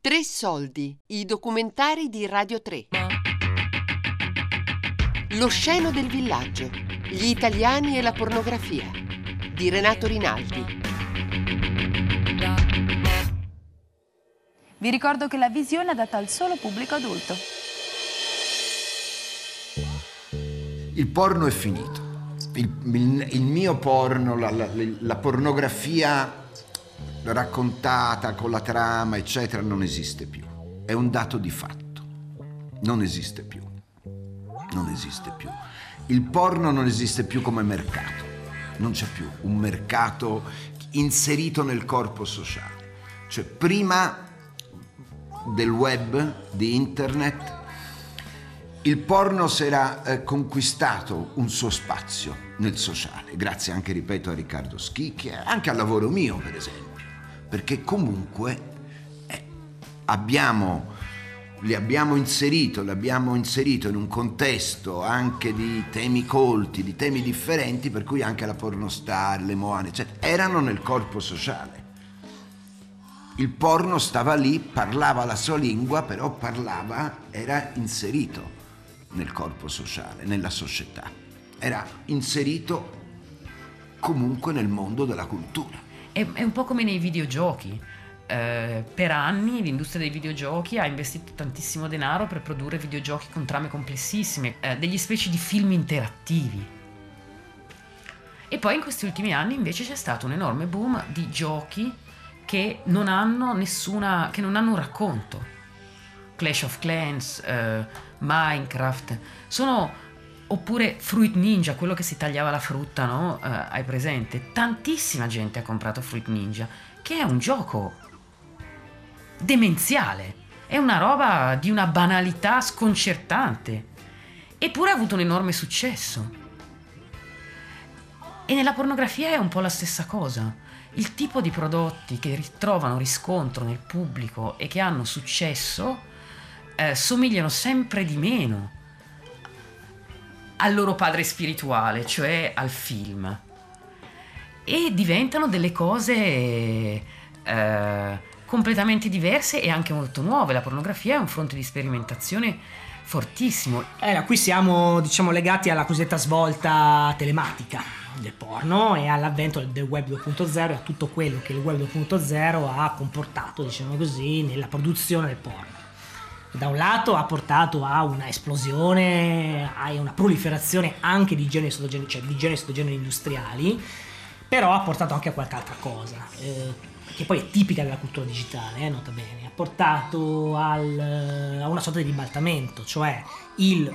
Tre soldi, i documentari di Radio 3. Lo sceno del villaggio, gli italiani e la pornografia, di Renato Rinaldi. Vi ricordo che la visione è adatta al solo pubblico adulto. Il porno è finito. Il mio porno, la pornografia raccontata con la trama, eccetera, non esiste più. È un dato di fatto. Non esiste più. Non esiste più. Il porno non esiste più come mercato. Non c'è più un mercato inserito nel corpo sociale. Cioè, prima del web, di internet, il porno si era conquistato un suo spazio nel sociale, grazie anche, ripeto, a Riccardo Schicchi, anche al lavoro mio, per esempio, perché comunque l'abbiamo inserito in un contesto anche di temi colti, di temi differenti, per cui anche la pornostar, le Moane, eccetera, erano nel corpo sociale. Il porno stava lì, parlava la sua lingua, però era inserito nel corpo sociale, nella società. Era inserito comunque nel mondo della cultura. È un po' come nei videogiochi. Per anni l'industria dei videogiochi ha investito tantissimo denaro per produrre videogiochi con trame complessissime, degli specie di film interattivi. E poi in questi ultimi anni invece c'è stato un enorme boom di giochi che non hanno un racconto. Clash of Clans, Minecraft, oppure Fruit Ninja, quello che si tagliava la frutta, no? Hai presente? Tantissima gente ha comprato Fruit Ninja, che è un gioco demenziale, è una roba di una banalità sconcertante, eppure ha avuto un enorme successo. E nella pornografia è un po' la stessa cosa. Il tipo di prodotti che ritrovano riscontro nel pubblico e che hanno successo somigliano sempre di meno al loro padre spirituale, cioè al film, e diventano delle cose completamente diverse e anche molto nuove. La pornografia è un fronte di sperimentazione fortissimo. Qui siamo, legati alla cosiddetta svolta telematica del porno e all'avvento del web 2.0 e a tutto quello che il web 2.0 ha comportato, diciamo così, nella produzione del porno. Da un lato ha portato a una esplosione, a una proliferazione anche di generi sottogeneri, cioè di generi sottogeneri industriali, però ha portato anche a qualche altra cosa, che poi è tipica della cultura digitale, nota bene. Ha portato a una sorta di ribaltamento, cioè il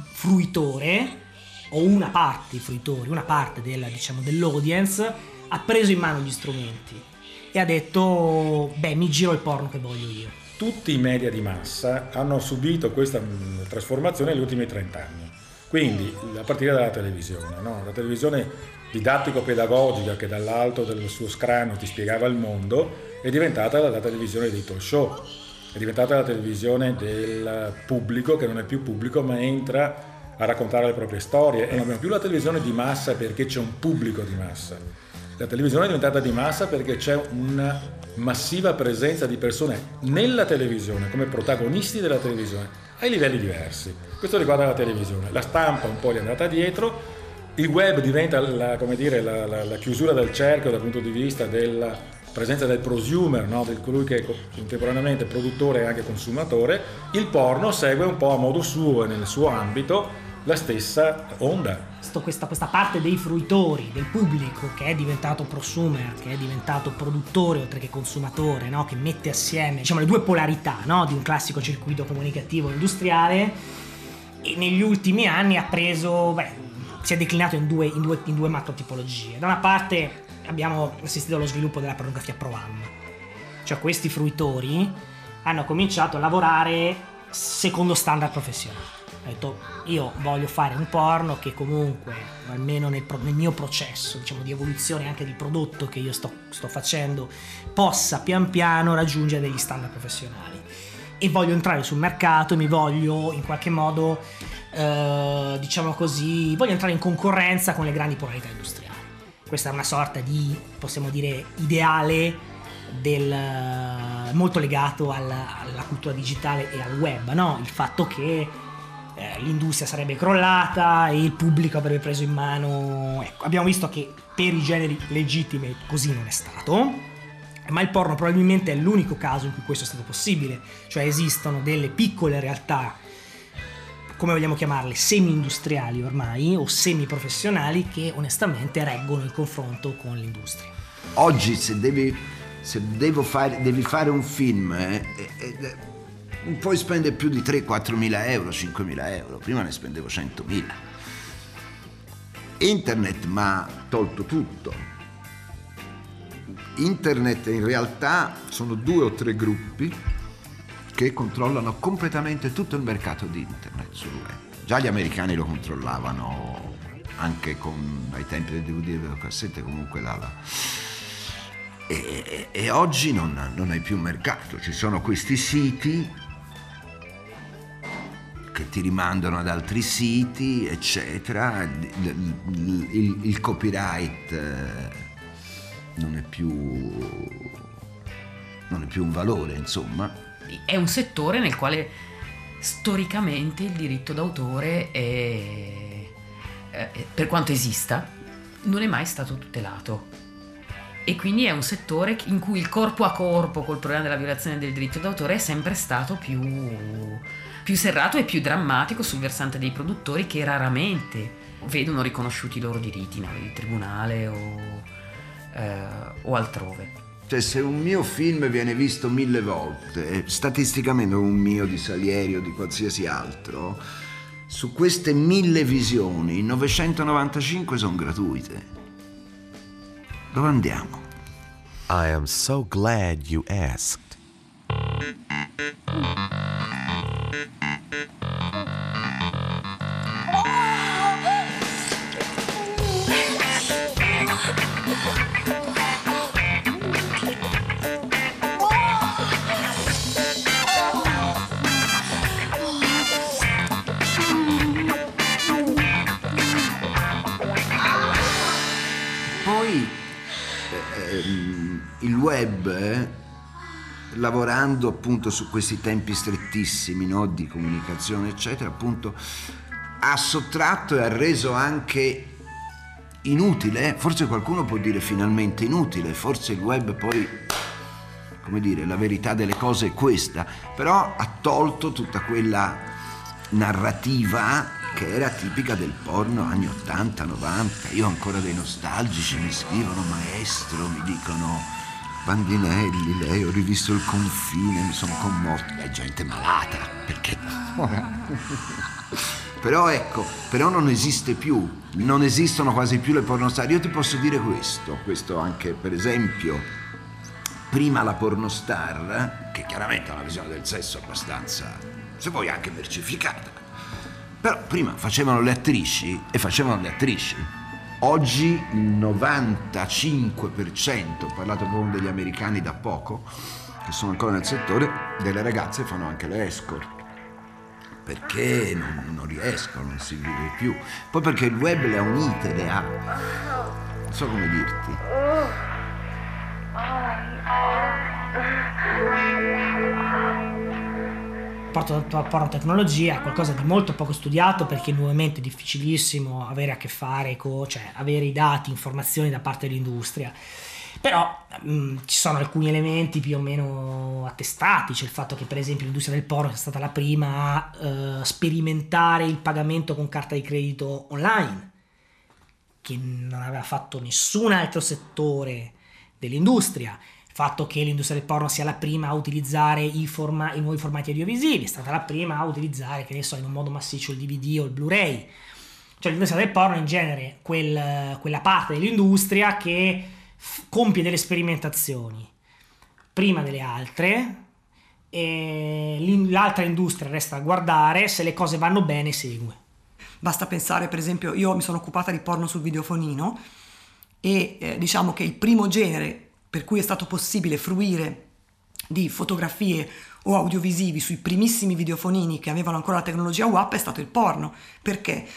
fruitore o una parte dei fruitori, una parte dell'audience ha preso in mano gli strumenti e ha detto: beh, mi giro il porno che voglio io. Tutti i media di massa hanno subito questa trasformazione negli ultimi 30 anni. Quindi, a partire dalla televisione, no? La televisione didattico-pedagogica che dall'alto del suo scranno ti spiegava il mondo è diventata la televisione dei talk show, è diventata la televisione del pubblico che non è più pubblico ma entra a raccontare le proprie storie, e non abbiamo più la televisione di massa perché c'è un pubblico di massa. La televisione è diventata di massa perché c'è una massiva presenza di persone nella televisione come protagonisti della televisione ai livelli diversi. Questo riguarda la televisione. La stampa un po' gli è andata dietro, il web diventa la chiusura del cerchio dal punto di vista della presenza del prosumer, no? Di colui che è contemporaneamente produttore e anche consumatore. Il porno segue un po' a modo suo e nel suo ambito la stessa onda. Questa parte dei fruitori, del pubblico che è diventato prosumer, che è diventato produttore oltre che consumatore, no? Che mette assieme, le due polarità, no? Di un classico circuito comunicativo industriale, e negli ultimi anni si è declinato in due macrotipologie. Da una parte abbiamo assistito allo sviluppo della pornografia pro-am, cioè questi fruitori hanno cominciato a lavorare secondo standard professionali. Ho detto: io voglio fare un porno che comunque, almeno nel mio processo, di evoluzione anche del prodotto che io sto facendo, possa pian piano raggiungere degli standard professionali, e voglio entrare sul mercato e mi voglio in qualche modo voglio entrare in concorrenza con le grandi polarità industriali. Questa è una sorta di, possiamo dire, ideale molto legato alla cultura digitale e al web, no? Il fatto che l'industria sarebbe crollata e il pubblico avrebbe preso in mano, ecco, abbiamo visto che per i generi legittimi così non è stato, ma il porno probabilmente è l'unico caso in cui questo è stato possibile, cioè esistono delle piccole realtà, come vogliamo chiamarle, semi-industriali ormai o semi-professionali, che onestamente reggono il confronto con l'industria. Oggi devi fare un film, non puoi spendere più di 3-4 mila euro, 5 mila euro, prima ne spendevo 100.000. Internet mi ha tolto tutto. Internet in realtà sono 2 o 3 gruppi che controllano completamente tutto il mercato di internet sul web. Già gli americani lo controllavano anche ai tempi del DVD e delle cassette, comunque e oggi non hai più mercato, ci sono questi siti che ti rimandano ad altri siti, eccetera, il copyright non è più un valore, insomma. È un settore nel quale storicamente il diritto d'autore per quanto esista, non è mai stato tutelato. E quindi è un settore in cui il corpo a corpo col problema della violazione del diritto d'autore è sempre stato più serrato e più drammatico sul versante dei produttori, che raramente vedono riconosciuti i loro diritti in tribunale o altrove. Cioè, se un mio film viene visto 1000 volte, statisticamente un mio di Salieri o di qualsiasi altro, su queste 1000 visioni 995 sono gratuite. Dove andiamo? I am so glad you asked. Poi il web, lavorando appunto su questi tempi strettissimi, no, di comunicazione eccetera, appunto ha sottratto e ha reso anche inutile, forse qualcuno può dire finalmente inutile, forse il web poi, come dire, la verità delle cose è questa, però ha tolto tutta quella narrativa che era tipica del porno anni 80-90. Io ho ancora dei nostalgici, mi scrivono: maestro, mi dicono Bandinelli, lei, ho rivisto Il confine, mi sono commosso. È gente malata, perché però ecco, però non esiste più, non esistono quasi più le pornostar. Io ti posso dire questo anche, per esempio, prima la pornostar, che chiaramente ha una visione del sesso abbastanza, se vuoi, anche mercificata, però prima facevano le attrici e facevano le attrici. Oggi il 95%, ho parlato proprio degli americani da poco, che sono ancora nel settore, delle ragazze fanno anche le escort, perché non riescono, non si vive più. Poi perché il web le ha unite, non so come dirti. Porto la pornotecnologia è qualcosa di molto poco studiato, perché nuovamente è difficilissimo avere a che fare cioè avere i dati, informazioni da parte dell'industria. Però ci sono alcuni elementi più o meno attestati. C'è il fatto che, per esempio, l'industria del porno è stata la prima a sperimentare il pagamento con carta di credito online, che non aveva fatto nessun altro settore dell'industria. Il fatto che l'industria del porno sia la prima a utilizzare i nuovi formati audiovisivi, è stata la prima a utilizzare, che ne so, in un modo massiccio il DVD o il Blu-ray. Cioè l'industria del porno è in genere quella parte dell'industria che compie delle sperimentazioni prima delle altre, e l'altra industria resta a guardare, se le cose vanno bene segue. Basta pensare, per esempio, io mi sono occupata di porno sul videofonino e diciamo che il primo genere per cui è stato possibile fruire di fotografie o audiovisivi sui primissimi videofonini che avevano ancora la tecnologia WAP è stato il porno. Perché?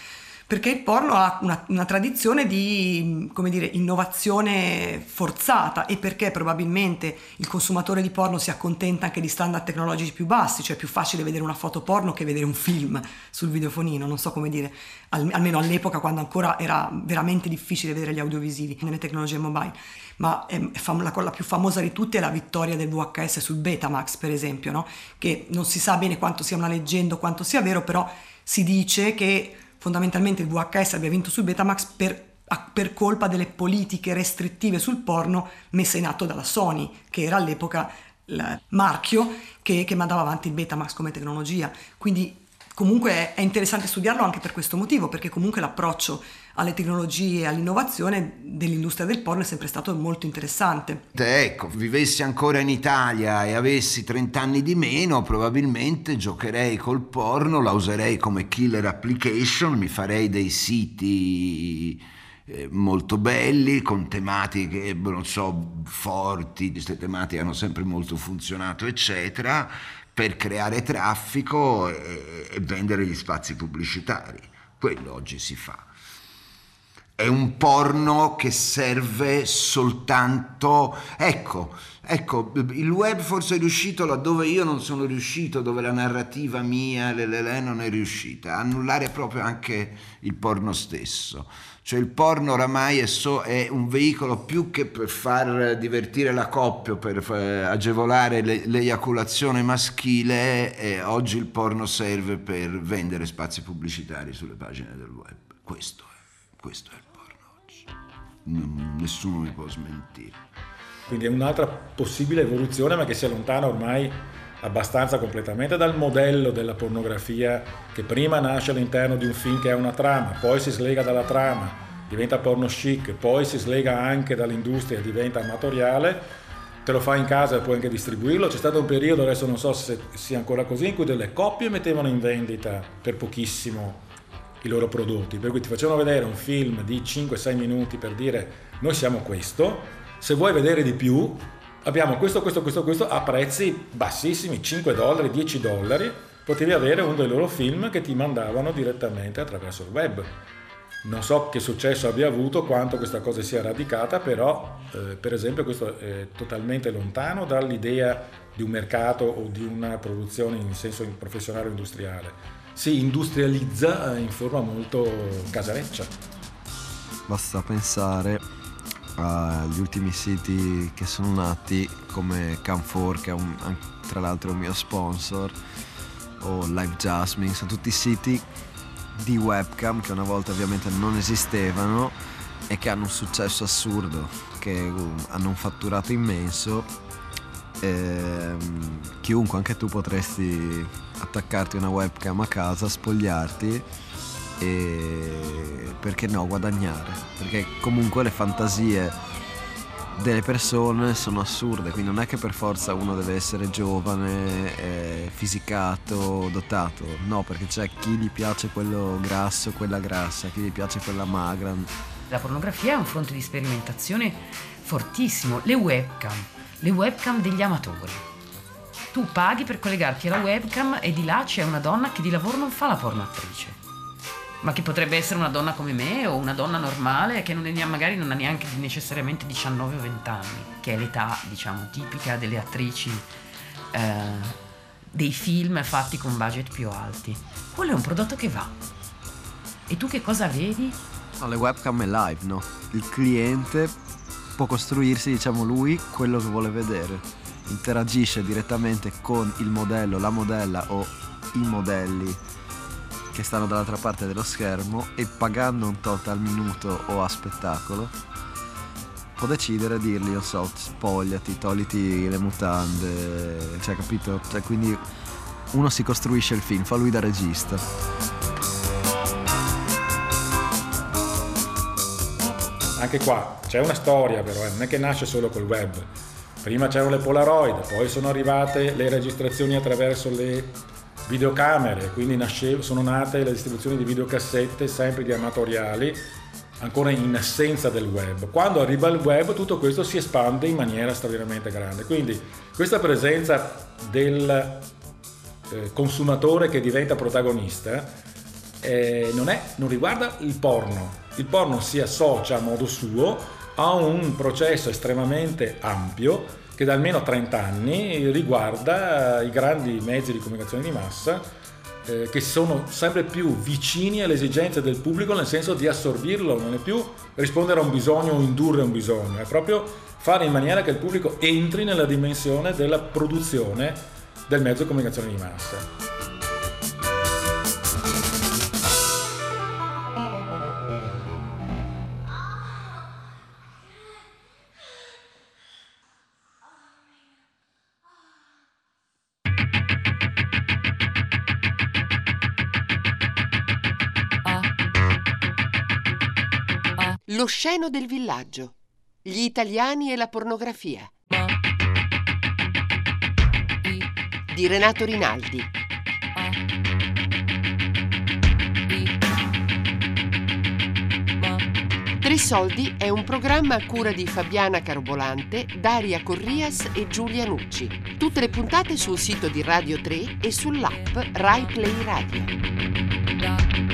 Perché il porno ha una tradizione di, come dire, innovazione forzata, e perché probabilmente il consumatore di porno si accontenta anche di standard tecnologici più bassi, cioè è più facile vedere una foto porno che vedere un film sul videofonino, non so come dire, almeno all'epoca, quando ancora era veramente difficile vedere gli audiovisivi nelle tecnologie mobile. Ma la più famosa di tutte è la vittoria del VHS sul Betamax, per esempio, no? Che non si sa bene quanto sia una leggenda o quanto sia vero, però si dice che fondamentalmente il VHS abbia vinto sul Betamax per colpa delle politiche restrittive sul porno messe in atto dalla Sony, che era all'epoca il marchio che mandava avanti il Betamax come tecnologia. Quindi comunque è interessante studiarlo anche per questo motivo, perché comunque l'approccio alle tecnologie e all'innovazione dell'industria del porno è sempre stato molto interessante. Ecco, vivessi ancora in Italia e avessi 30 anni di meno, probabilmente giocherei col porno, la userei come killer application, mi farei dei siti molto belli, con tematiche, non so, forti, queste tematiche hanno sempre molto funzionato, eccetera, per creare traffico e vendere gli spazi pubblicitari. Quello oggi si fa. È un porno che serve soltanto... Ecco, il web forse è riuscito laddove io non sono riuscito, dove la narrativa mia non è riuscita, a annullare proprio anche il porno stesso. Cioè il porno oramai è un veicolo più che per far divertire la coppia, per agevolare l'eiaculazione maschile, oggi il porno serve per vendere spazi pubblicitari sulle pagine del web. Questo è il porno oggi. Nessuno mi può smentire. Quindi è un'altra possibile evoluzione, ma che si allontana ormai abbastanza completamente dal modello della pornografia che prima nasce all'interno di un film che ha una trama, poi si slega dalla trama, diventa porno chic, poi si slega anche dall'industria e diventa amatoriale, te lo fai in casa e puoi anche distribuirlo. C'è stato un periodo, adesso non so se sia ancora così, in cui delle coppie mettevano in vendita per pochissimo i loro prodotti, per cui ti facevano vedere un film di 5-6 minuti per dire noi siamo questo, se vuoi vedere di più abbiamo questo a prezzi bassissimi, $5, $10, potevi avere uno dei loro film che ti mandavano direttamente attraverso il web. Non so che successo abbia avuto, quanto questa cosa sia radicata, però per esempio questo è totalmente lontano dall'idea di un mercato o di una produzione in senso professionale o industriale. Si industrializza in forma molto casareccia. Basta pensare agli ultimi siti che sono nati come Cam4, che è tra l'altro un mio sponsor, o Live Jasmine, sono tutti siti di webcam che una volta ovviamente non esistevano e che hanno un successo assurdo, che hanno un fatturato immenso. Chiunque, anche tu, potresti attaccarti una webcam a casa, spogliarti e, perché no, guadagnare, perché comunque le fantasie delle persone sono assurde, quindi non è che per forza uno deve essere giovane, fisicato, dotato, no, perché c'è chi gli piace quello grasso, quella grassa, chi gli piace quella magra. La pornografia è un fronte di sperimentazione fortissimo. Le webcam degli amatori. Tu paghi per collegarti alla webcam e di là c'è una donna che di lavoro non fa la pornoattrice, ma che potrebbe essere una donna come me o una donna normale che magari non ha neanche necessariamente 19 o 20 anni, che è l'età, diciamo, tipica delle attrici dei film fatti con budget più alti. Quello è un prodotto che va. E tu che cosa vedi? No, le webcam è live, no? Il cliente può costruirsi, diciamo, lui quello che vuole vedere. Interagisce direttamente con il modello, la modella o i modelli che stanno dall'altra parte dello schermo, e pagando un tot al minuto o a spettacolo può decidere, dirgli, non so, spogliati, togliti le mutande, cioè, capito? Cioè, quindi uno si costruisce il film, fa lui da regista. Anche qua c'è una storia, però non è che nasce solo col web. Prima c'erano le Polaroid, poi sono arrivate le registrazioni attraverso le videocamere, quindi sono nate le distribuzioni di videocassette sempre di amatoriali, ancora in assenza del web. Quando arriva il web tutto questo si espande in maniera straordinariamente grande, quindi questa presenza del consumatore che diventa protagonista non riguarda il porno. Il porno si associa a modo suo a un processo estremamente ampio che da almeno 30 anni riguarda i grandi mezzi di comunicazione di massa, che sono sempre più vicini alle esigenze del pubblico, nel senso di assorbirlo. Non è più rispondere a un bisogno o indurre un bisogno, è proprio fare in maniera che il pubblico entri nella dimensione della produzione del mezzo di comunicazione di massa. Lo sceno del villaggio. Gli italiani e la pornografia. Di Renato Rinaldi. Tre Soldi è un programma a cura di Fabiana Carobolante, Daria Corrias e Giulia Nucci. Tutte le puntate sul sito di Radio 3 e sull'app Rai Play Radio.